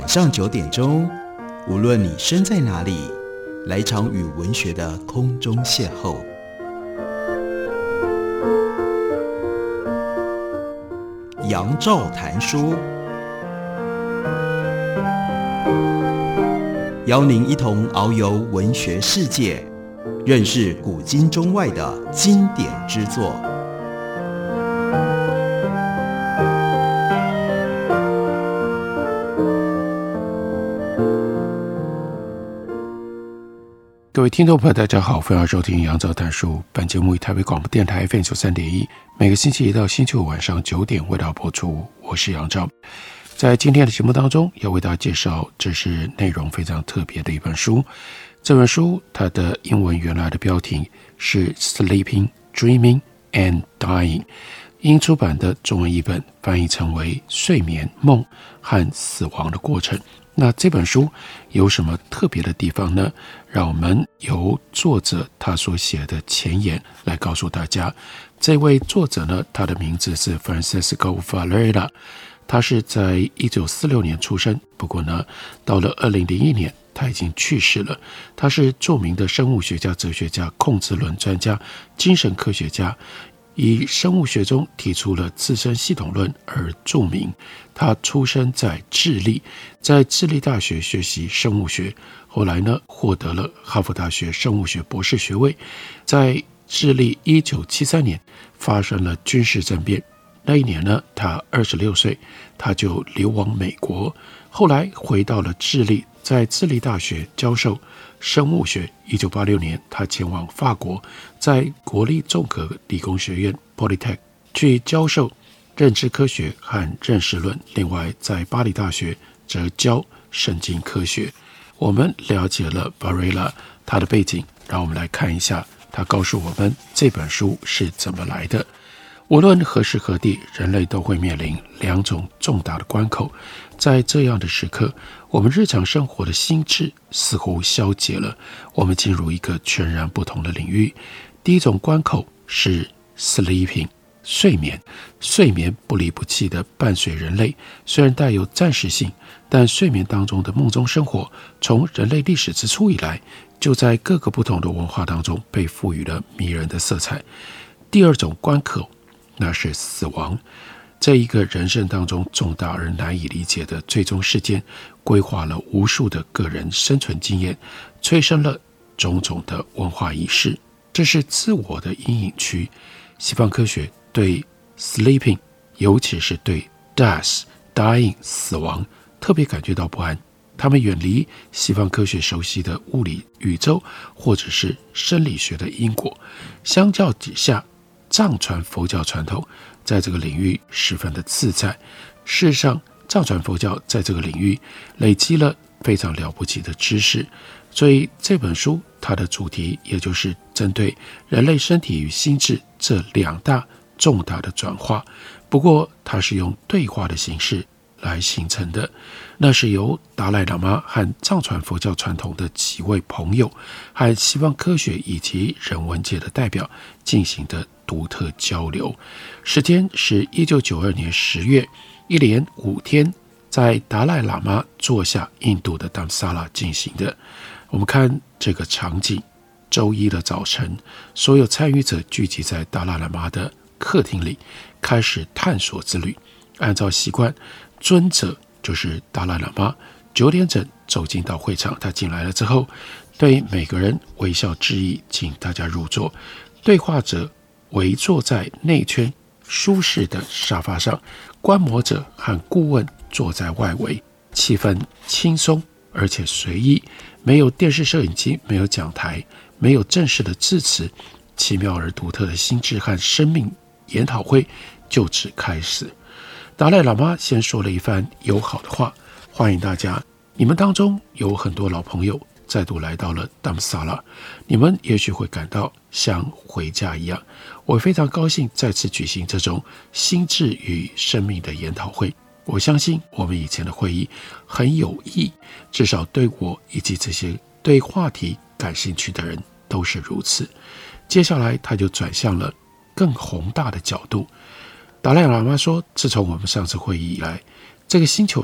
晚上9点钟，无论你身在哪里，来场与文学的空中邂逅。杨照谈书，邀您一同遨游文学世界，认识古今中外的经典之作。 各位听众朋友大家好，欢迎收听杨照谈书。本节目以台北广播电台 FM 93.1，每个星期一到星期五晚上9点为大家播出。我是杨照。在今天的节目当中，要为大家介绍，这是内容非常特别的一本书。这本书它的英文原来的标题是 Sleeping, Dreaming and Dying， 英出版的中文译本翻译成为睡眠、梦和死亡的过程。那这本书有什么特别的地方呢？让我们由作者他所写的前言来告诉大家。这位作者呢，他的名字是 Francisco Varela， 他是在1946年出生，不过呢，到了2001年他已经去世了。他是著名的生物学家、哲学家、控制论专家、精神科学家，以生物学中提出了自身系统论而著名。他出生在智利，在智利大学学习生物学，后来呢获得了哈佛大学生物学博士学位。在智利1973年发生了军事政变，那一年呢他26岁，他就流亡美国，后来回到了智利，在智利大学教授生物学。1986年他前往法国，在国立综合理工学院 Polytech 去教授认知科学和认识论，另外在巴黎大学则教神经科学。我们了解了 Varela 他的背景，让我们来看一下他告诉我们这本书是怎么来的。无论何时何地，人类都会面临2种重大的关口。在这样的时刻，我们日常生活的心智似乎消解了，我们进入一个全然不同的领域。第一种关口是 sleeping， 睡眠。睡眠不离不弃地伴随人类，虽然带有暂时性，但睡眠当中的梦中生活，从人类历史之初以来，就在各个不同的文化当中被赋予了迷人的色彩。第二种关口，那是死亡。这一个人生当中重大而难以理解的最终事件，规划了无数的个人生存经验，催生了种种的文化仪式。这是自我的阴影区。西方科学对 sleeping， 尤其是对 death dying 死亡特别感觉到不安。他们远离西方科学熟悉的物理宇宙或者是生理学的因果。相较之下，藏传佛教传统在这个领域十分的自在。事实上，藏传佛教在这个领域累积了非常了不起的知识，所以这本书它的主题也就是针对人类身体与心智这2大重大的转化。不过它是用对话的形式来形成的，那是由达赖喇嘛和藏传佛教传统的几位朋友和西方科学以及人文界的代表进行的独特交流。时间是1992年10月，一连5天在达赖喇嘛座下印度的达姆萨拉进行的。我们看这个场景，周一的早晨，所有参与者聚集在达赖喇嘛的客厅里，开始探索之旅。按照习惯，尊者就是达赖喇嘛9点整走进到会场。他进来了之后，对每个人微笑致意，请大家入座。对话者围坐在内圈舒适的沙发上，观摩者和顾问坐在外围，气氛轻松而且随意，没有电视摄影机，没有讲台，没有正式的致辞，奇妙而独特的心智和生命研讨会就此开始。达赖喇嘛先说了一番友好的话，欢迎大家，你们当中有很多老朋友再度来到了达姆萨拉，你们也许会感到像回家一样。我非常高兴再次举行这种心智与生命的研讨会。我相信我们以前的会议很有益，至少对我以及这些对话题感兴趣的人都是如此。接下来他就转向了更宏大的角度。达赖喇嘛说，自从我们上次会议以来，这个星球上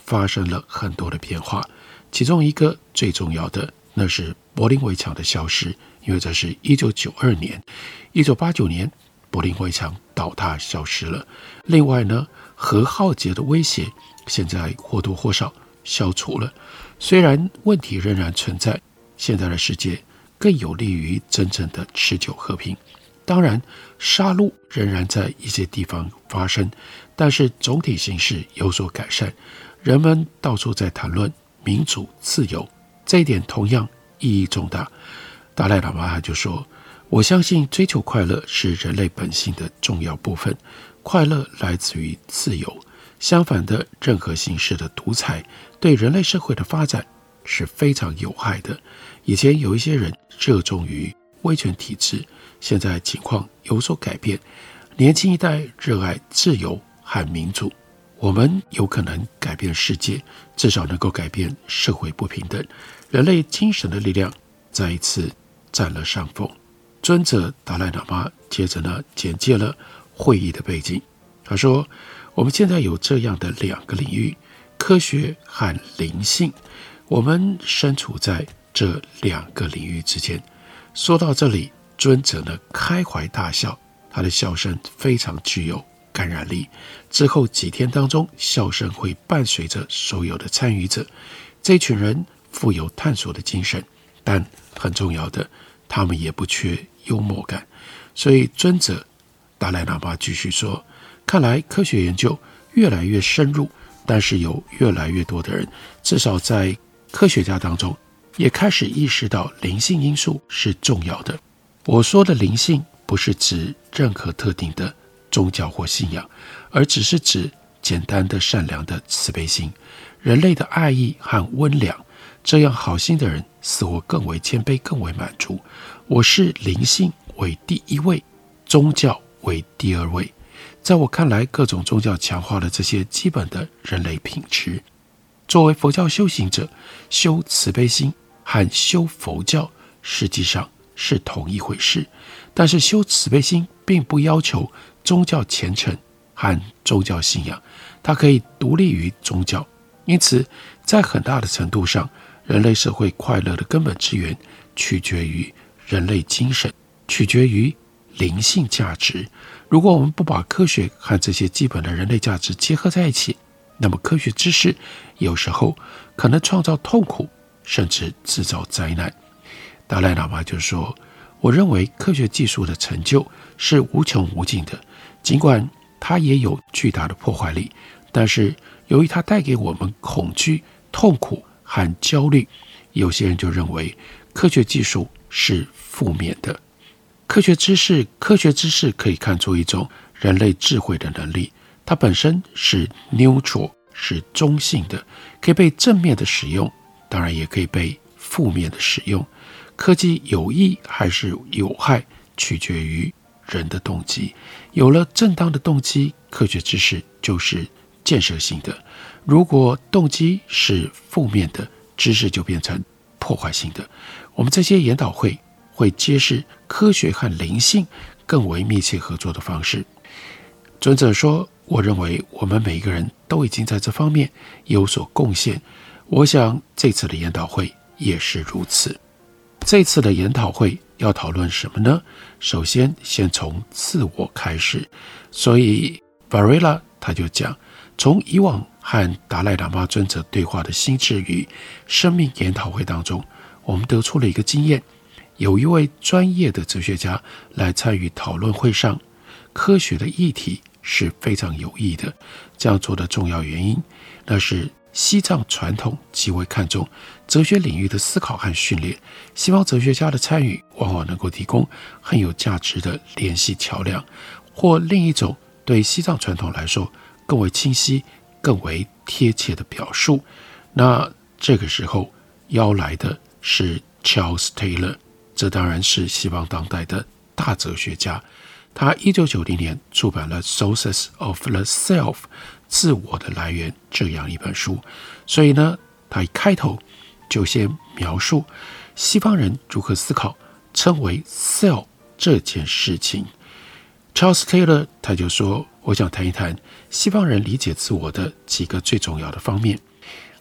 发生了很多的变化，其中一个最重要的，那是柏林围墙的消失，因为这是1992年，1989年柏林围墙倒塌消失了。另外呢，核浩劫的威胁现在或多或少消除了，虽然问题仍然存在，现在的世界更有利于真正的持久和平。当然，杀戮仍然在一些地方发生，但是总体形势有所改善。人们到处在谈论民主自由，这一点同样意义重大。达赖喇嘛他就说，我相信追求快乐是人类本性的重要部分，快乐来自于自由。相反的，任何形式的独裁对人类社会的发展是非常有害的。以前有一些人热衷于威权体制，现在情况有所改变，年轻一代热爱自由和民主。我们有可能改变世界，至少能够改变社会不平等。人类精神的力量再一次占了上风。尊者达赖喇嘛接着呢简介了会议的背景。他说，我们现在有这样的两个领域，科学和灵性，我们身处在这两个领域之间。说到这里，尊者呢开怀大笑，他的笑声非常具有感染力。之后几天当中，笑声会伴随着所有的参与者。这群人富有探索的精神，但很重要的，他们也不缺幽默感。所以尊者达赖喇嘛继续说，看来科学研究越来越深入，但是有越来越多的人，至少在科学家当中，也开始意识到灵性因素是重要的。我说的灵性不是指任何特定的宗教或信仰，而只是指简单的善良的慈悲心，人类的爱意和温良。这样好心的人似乎更为谦卑，更为满足。我视灵性为第一位，宗教为第二位。在我看来，各种宗教强化了这些基本的人类品质。作为佛教修行者，修慈悲心和修佛教实际上是同一回事，但是修慈悲心并不要求宗教虔诚和宗教信仰，它可以独立于宗教。因此，在很大的程度上，人类社会快乐的根本之源取决于人类精神，取决于灵性价值。如果我们不把科学和这些基本的人类价值结合在一起，那么科学知识有时候可能创造痛苦，甚至制造灾难。达赖喇嘛就说，我认为科学技术的成就是无穷无尽的，尽管它也有巨大的破坏力，但是由于它带给我们恐惧、痛苦和焦虑，有些人就认为科学技术是负面的。科学知识可以看作一种人类智慧的能力，它本身是 neutral， 是中性的，可以被正面的使用，当然也可以被负面的使用。科技有益还是有害，取决于人的动机。有了正当的动机，科学知识就是建设性的；如果动机是负面的，知识就变成破坏性的。我们这些研讨会会揭示科学和灵性更为密切合作的方式。尊者说，我认为我们每一个人都已经在这方面有所贡献，我想这次的研讨会也是如此。这次的研讨会要讨论什么呢？首先从自我开始，所以 Varela 他就讲，从以往和达赖喇嘛尊者对话的心智与生命研讨会当中，我们得出了一个经验，有一位专业的哲学家来参与讨论会上，科学的议题是非常有益的。这样做的重要原因，那是西藏传统极为看重哲学领域的思考和训练，西方哲学家的参与往往能够提供很有价值的联系桥梁，或另一种对西藏传统来说更为清晰、更为贴切的表述。那这个时候邀来的是 Charles Taylor， 这当然是西方当代的大哲学家。他1990年出版了 Sources of the Self， 自我的来源这样一本书。所以呢，他一开头就先描述西方人如何思考称为 self 这件事情。Charles Taylor 他就说，我想谈一谈西方人理解自我的几个最重要的方面。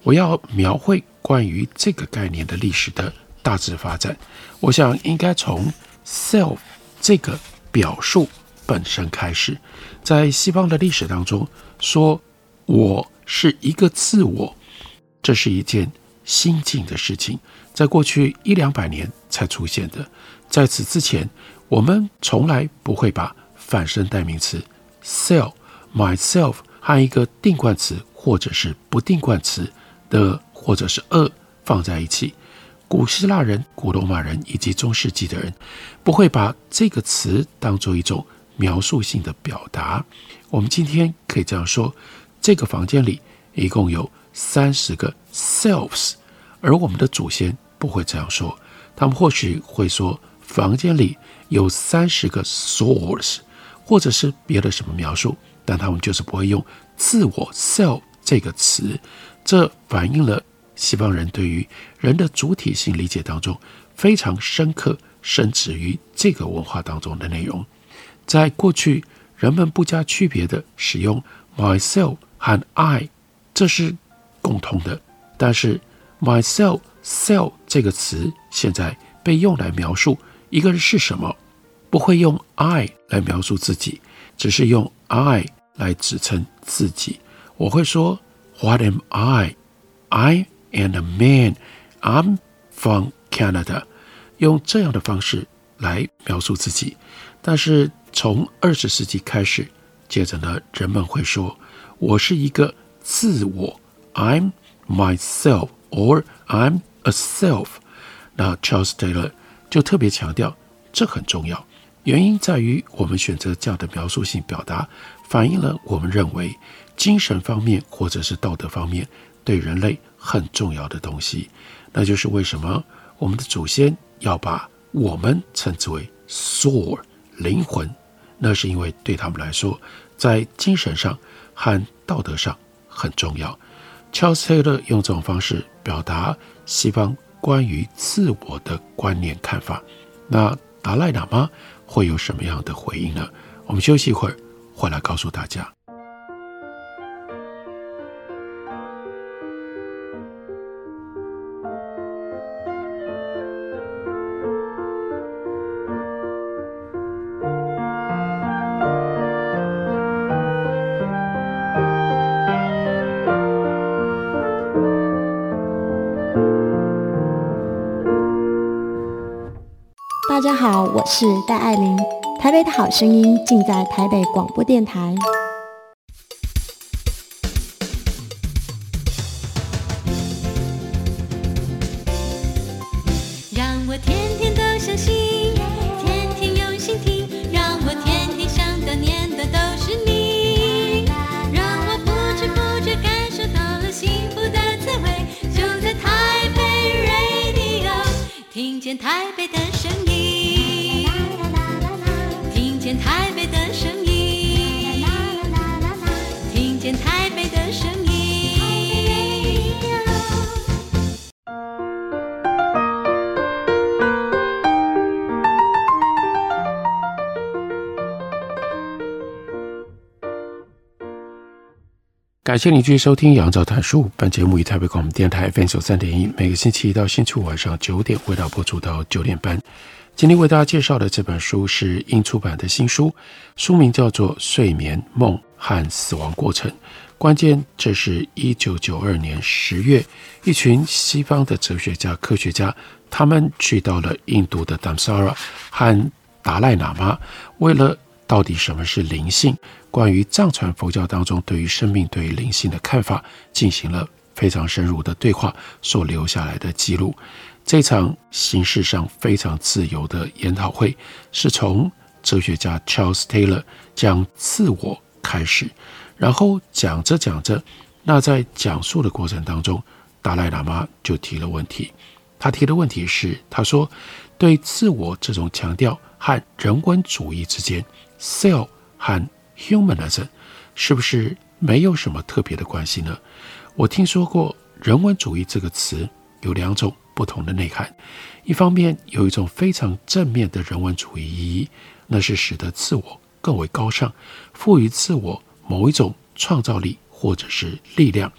我要描绘关于这个概念的历史的大致发展，我想应该从 self 这个表述本身开始。在西方的历史当中，说我是一个自我，这是一件新进的事情，在过去100-200年才出现的。在此之前，我们从来不会把反身代名词 self myself 和一个定冠词或者是不定冠词的或者是放在一起。古希腊人、古罗马人以及中世纪的人不会把这个词当作一种描述性的表达。我们今天可以这样说，这个房间里一共有30个 selves， 而我们的祖先不会这样说，他们或许会说房间里有30个 souls， 或者是别的什么描述，但他们就是不会用自我 self 这个词。这反映了西方人对于人的主体性理解当中非常深刻深植于这个文化当中的内容。在过去，人们不加区别的使用 myself 和 I， 这是共通的。但是 myself self 这个词现在被用来描述一个人是什么，不会用 I 来描述自己，只是用 I 来指称自己。我会说 What am I? I am a man. I'm from Canada. 用这样的方式来描述自己。但是从20世纪开始，接着呢，人们会说我是一个自我， I'm myself or I'm a self。 那 Charles Taylor 就特别强调这很重要，原因在于我们选择这样的描述性表达，反映了我们认为精神方面或者是道德方面对人类很重要的东西。那就是为什么我们的祖先要把我们称之为 soul 灵魂，那是因为对他们来说在精神上和道德上很重要。 Charles Taylor 用这种方式表达西方关于自我的观念看法。那达赖喇嘛会有什么样的回应呢？我们休息一会儿，回来告诉大家。 大家好，我是戴爱玲，台北的好声音尽在台北广播电台。 让我天天都相信，天天用心听，让我天天想的念的都是你，让我不知不觉感受到了幸福的滋味，就在台北 Radio， 听见台北的声音，听见台北的声音，听见台北的声音。 感谢你继续收听杨照谈书，本节目以台北广播电台 FM 93.1，每个星期一到星期五晚上9点为大家播出到9点半。今天为大家介绍的这本书是英出版的新书，书名叫做《睡眠、梦和死亡过程》。关键这是1992年10月，一群西方的哲学家、科学家，他们去到了印度的 Dhamsara 和达赖喇嘛，为了到底什么是灵性，关于藏传佛教当中对于生命、对于灵性的看法，进行了非常深入的对话所留下来的记录。这场形式上非常自由的研讨会，是从哲学家 Charles Taylor 讲自我开始，然后讲着讲着，那在讲述的过程当中，达赖喇嘛就提了问题。他提的问题是，他说对自我这种强调和人文主义之间 self 和 humanism 是不是没有什么特别的关系呢？我听说过人文主义这个词有2种不同的内涵，一方面有一种非常正面的人文主义意义，那是使得自我更为高尚，赋予自我某一种创造力或者是力量。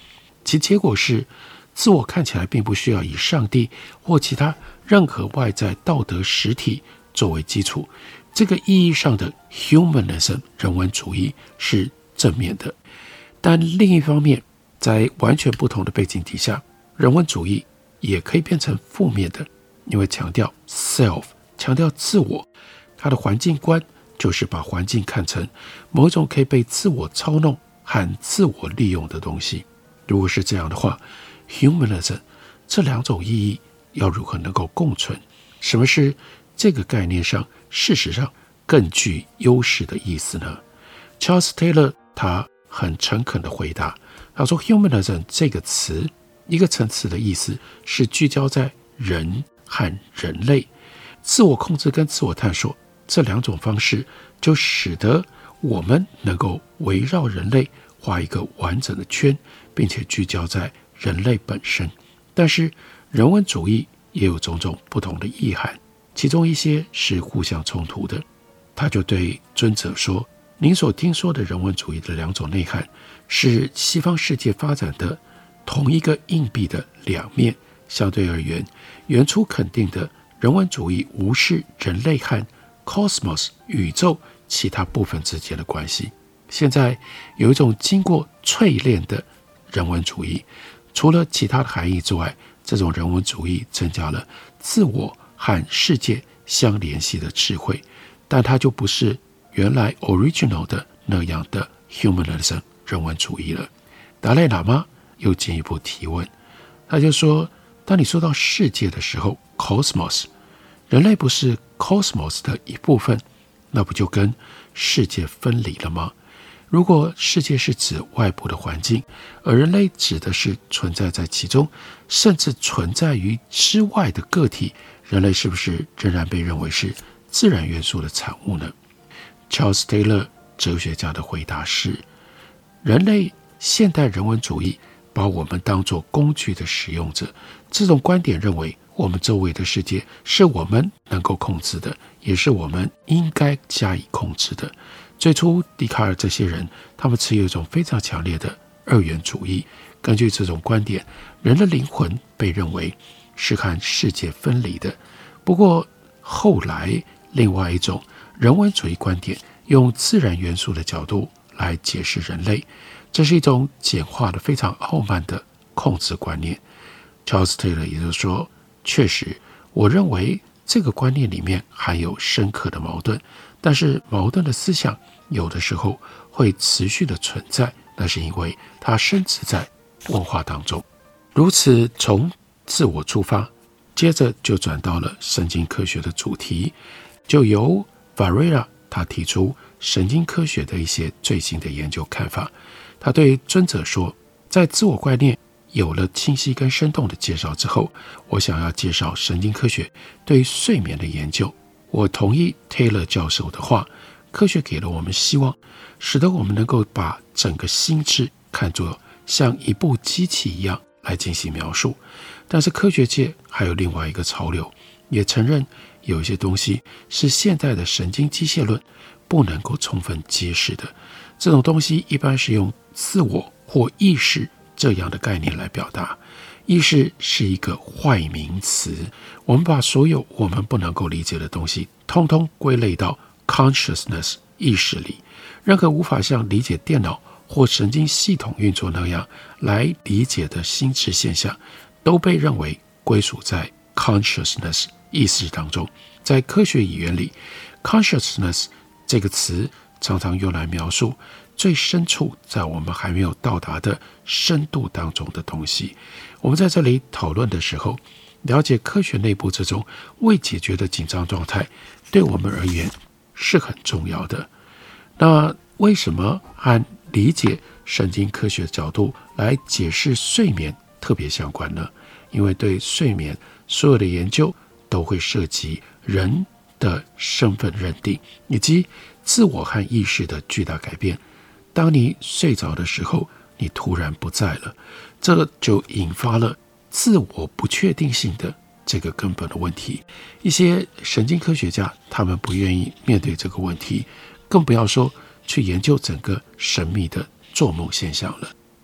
其结果是自我看起来并不需要以上帝或其他任何外在道德实体作为基础。这个意义上的 humanism 人文主义是正面的，但另一方面，在完全不同的背景底下，人文主义也可以变成负面的，因为强调 self， 强调自我。它的环境观就是把环境看成某种可以被自我操弄和自我利用的东西。如果是这样的话， humanism 这两种意义要如何能够共存？什么是这个概念上事实上更具优势的意思呢？ Charles Taylor 他很诚恳地回答，他说 humanism 这个词一个层次的意思是聚焦在人和人类，自我控制跟自我探索这两种方式就使得我们能够围绕人类画一个完整的圈，并且聚焦在人类本身。但是人文主义也有种种不同的意涵，其中一些是互相冲突的。他就对尊者说，您所听说的人文主义的两种内涵是西方世界发展的同一个硬币的两面，相对而言，原初肯定的人文主义无视人类和 cosmos 宇宙其他部分之间的关系。现在有一种经过淬炼的人文主义，除了其他的含义之外，这种人文主义增加了自我和世界相联系的智慧，但它就不是原来 original 的那样的 humanism 人文主义了。达赖喇嘛又进一步提问，他就说，当你说到世界的时候 cosmos， 人类不是 cosmos 的一部分，那不就跟世界分离了吗？如果世界是指外部的环境，而人类指的是存在在其中，甚至存在于之外的个体，人类是不是仍然被认为是自然元素的产物呢？ Charles Taylor 哲学家的回答是，人类现代人文主义把我们当作工具的使用者，这种观点认为我们周围的世界是我们能够控制的，也是我们应该加以控制的。最初笛卡尔这些人，他们持有一种非常强烈的二元主义。根据这种观点，人的灵魂被认为是和世界分离的。不过后来另外一种人文主义观点用自然元素的角度来解释人类，这是一种简化的非常傲慢的控制观念。 Charles Taylor 也就是说，确实我认为这个观念里面含有深刻的矛盾，但是矛盾的思想有的时候会持续的存在，那是因为它深植在文化当中。如此从自我出发，接着就转到了神经科学的主题，就由 Varela 他提出神经科学的一些最新的研究看法。他对尊者说，在自我观念有了清晰跟生动的介绍之后，我想要介绍神经科学对睡眠的研究。我同意 Taylor 教授的话，科学给了我们希望，使得我们能够把整个心智看作像一部机器一样来进行描述。但是科学界还有另外一个潮流，也承认有一些东西是现代的神经机械论不能够充分揭示的。这种东西一般是用自我或意识这样的概念来表达。意识是一个坏名词，我们把所有我们不能够理解的东西通通归类到 consciousness 意识里。任何无法像理解电脑或神经系统运作那样来理解的心智现象，都被认为归属在 consciousness 意识当中。在科学语言里， consciousness 这个词常常用来描述最深处在我们还没有到达的深度当中的东西。我们在这里讨论的时候，了解科学内部这种未解决的紧张状态，对我们而言是很重要的。那为什么和理解神经科学的角度来解释睡眠特别相关呢？因为对睡眠所有的研究都会涉及人的身份认定以及自我和意识的巨大改变。当你睡着的时候，你突然不在了，这就引发了自我不确定性的这个根本的问题。一些神经科学家他们不愿意面对这个问题，更不要说去研究整个神秘的做梦现象了。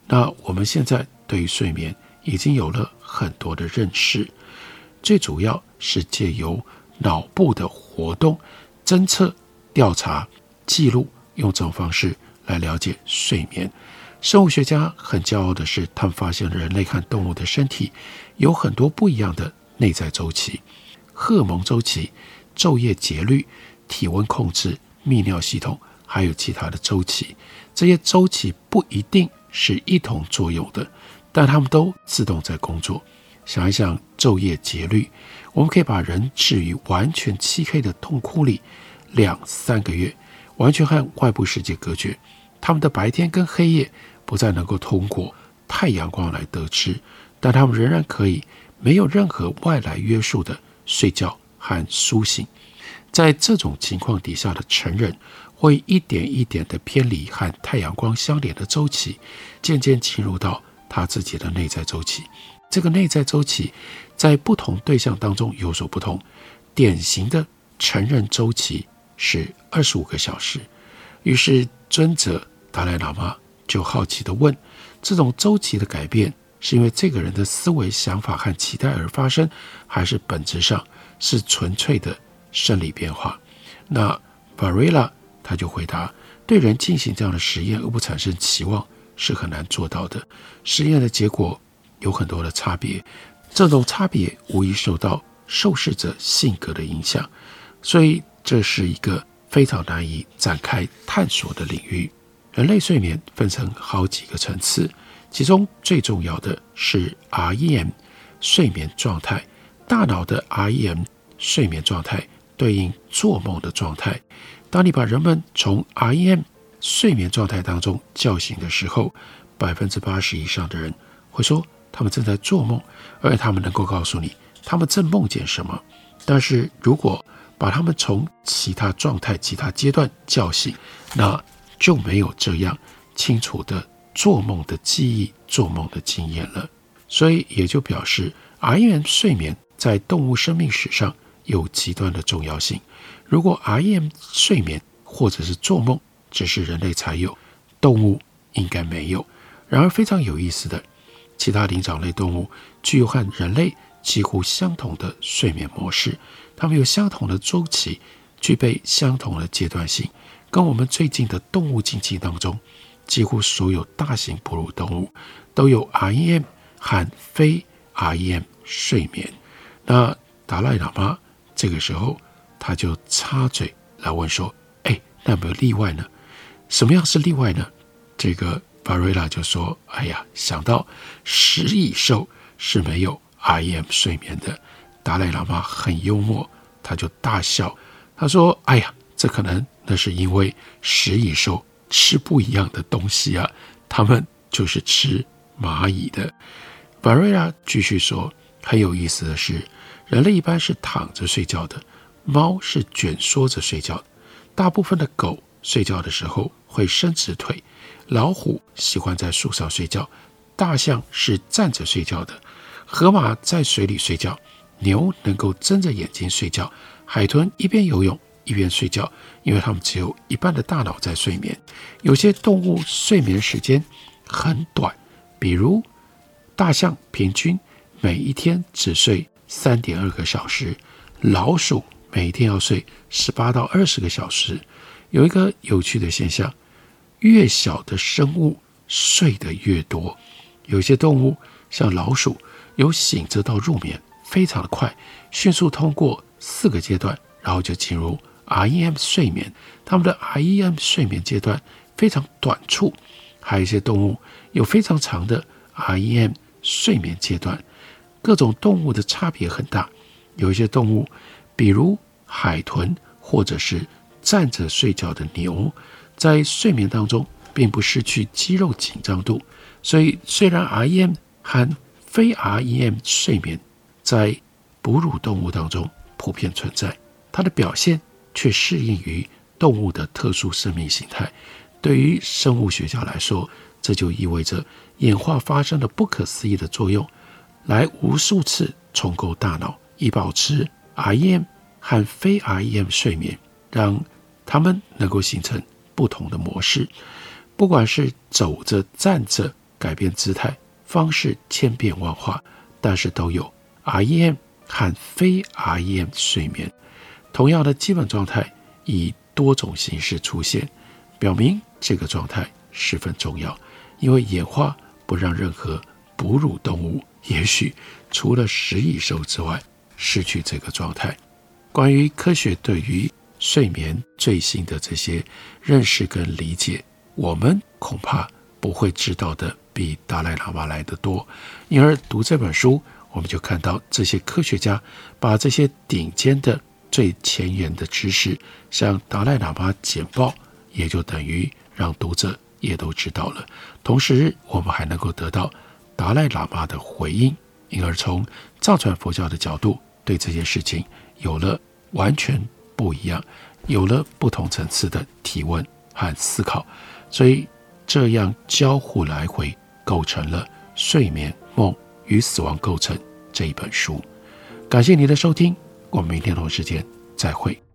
那我们现在对于睡眠已经有了很多的认识，最主要是借由脑部的活动侦测、调查、记录，用这种方式来了解睡眠。生物学家很骄傲的是，他们发现了人类和动物的身体有很多不一样的内在周期，荷尔蒙周期、昼夜节律、体温控制、泌尿系统，还有其他的周期。这些周期不一定是一同作用的，但他们都自动在工作。想一想昼夜节律，我们可以把人置于完全漆黑的洞窟里2-3个月，完全和外部世界隔绝。他们的白天跟黑夜不再能够通过太阳光来得知，但他们仍然可以没有任何外来约束的睡觉和苏醒。在这种情况底下的成人会一点一点的偏离和太阳光相连的周期，渐渐进入到他自己的内在周期。这个内在周期在不同对象当中有所不同，典型的成人周期是25个小时。于是尊者达赖喇嘛就好奇地问，这种周期的改变是因为这个人的思维想法和期待而发生，还是本质上是纯粹的生理变化？那 Varela 他就回答，对人进行这样的实验而不产生期望是很难做到的。实验的结果有很多的差别，这种差别无疑受到受试者性格的影响，所以这是一个非常难以展开探索的领域。人类睡眠分成好几个层次，其中最重要的是 REM 睡眠状态。大脑的 REM 睡眠状态对应做梦的状态。当你把人们从 REM 睡眠状态当中叫醒的时候，80%以上的人会说他们正在做梦，而他们能够告诉你他们正梦见什么。但是如果把他们从其他状态、其他阶段叫醒，那就没有这样清楚的做梦的记忆、做梦的经验了。所以也就表示 REM 睡眠在动物生命史上有极端的重要性。如果 REM 睡眠或者是做梦只是人类才有，动物应该没有。然而非常有意思的，其他灵长类动物具有和人类几乎相同的睡眠模式，它们有相同的周期，具备相同的阶段性。跟我们最近的动物经济当中，几乎所有大型哺乳动物都有 REM 和非 REM 睡眠。那达赖喇嘛这个时候他就插嘴来问说，那有没有例外呢？什么样是例外呢？这个 Varela 就说，想到食蚁兽是没有 REM 睡眠的。达赖喇嘛很幽默，他就大笑，他说，这可能那是因为食蚁兽吃不一样的东西啊，他们就是吃蚂蚁的。Varela 继续说，很有意思的是，人类一般是躺着睡觉的，猫是卷缩着睡觉的，大部分的狗睡觉的时候会伸直腿，老虎喜欢在树上睡觉，大象是站着睡觉的，河马在水里睡觉，牛能够睁着眼睛睡觉，海豚一边游泳一边睡觉，因为它们只有一半的大脑在睡眠。有些动物睡眠时间很短，比如大象平均每一天只睡3.2个小时，老鼠每天要睡18到20个小时。有一个有趣的现象，越小的生物睡得越多。有些动物像老鼠，由醒着到入眠非常的快，迅速通过4个阶段，然后就进入 REM 睡眠。它们的 REM 睡眠阶段非常短促。还有一些动物有非常长的 REM 睡眠阶段。各种动物的差别很大，有一些动物，比如海豚或者是站着睡觉的牛，在睡眠当中并不失去肌肉紧张度。所以虽然 REM 和非 REM 睡眠在哺乳动物当中普遍存在，它的表现却适应于动物的特殊生命形态。对于生物学家来说，这就意味着演化发生了不可思议的作用，来无数次重构大脑，以保持 REM 和非 REM 睡眠，让它们能够形成不同的模式。不管是走着、站着改变姿态，方式千变万化，但是都有 REM 和非 REM 睡眠。同样的基本状态以多种形式出现，表明这个状态十分重要，因为演化不让任何哺乳动物，也许除了食蚁兽之外，失去这个状态。关于科学对于睡眠最新的这些认识跟理解，我们恐怕不会知道的比达赖喇嘛来得多，因而读这本书，我们就看到这些科学家把这些顶尖的最前沿的知识向达赖喇嘛简报，也就等于让读者也都知道了。同时我们还能够得到达赖喇嘛的回应，因而从藏传佛教的角度对这件事情有了完全不一样，有了不同层次的提问和思考。所以这样交互来回，构成了《睡眠、梦与死亡构成》这一本书。感谢你的收听，我们明天同时间再会。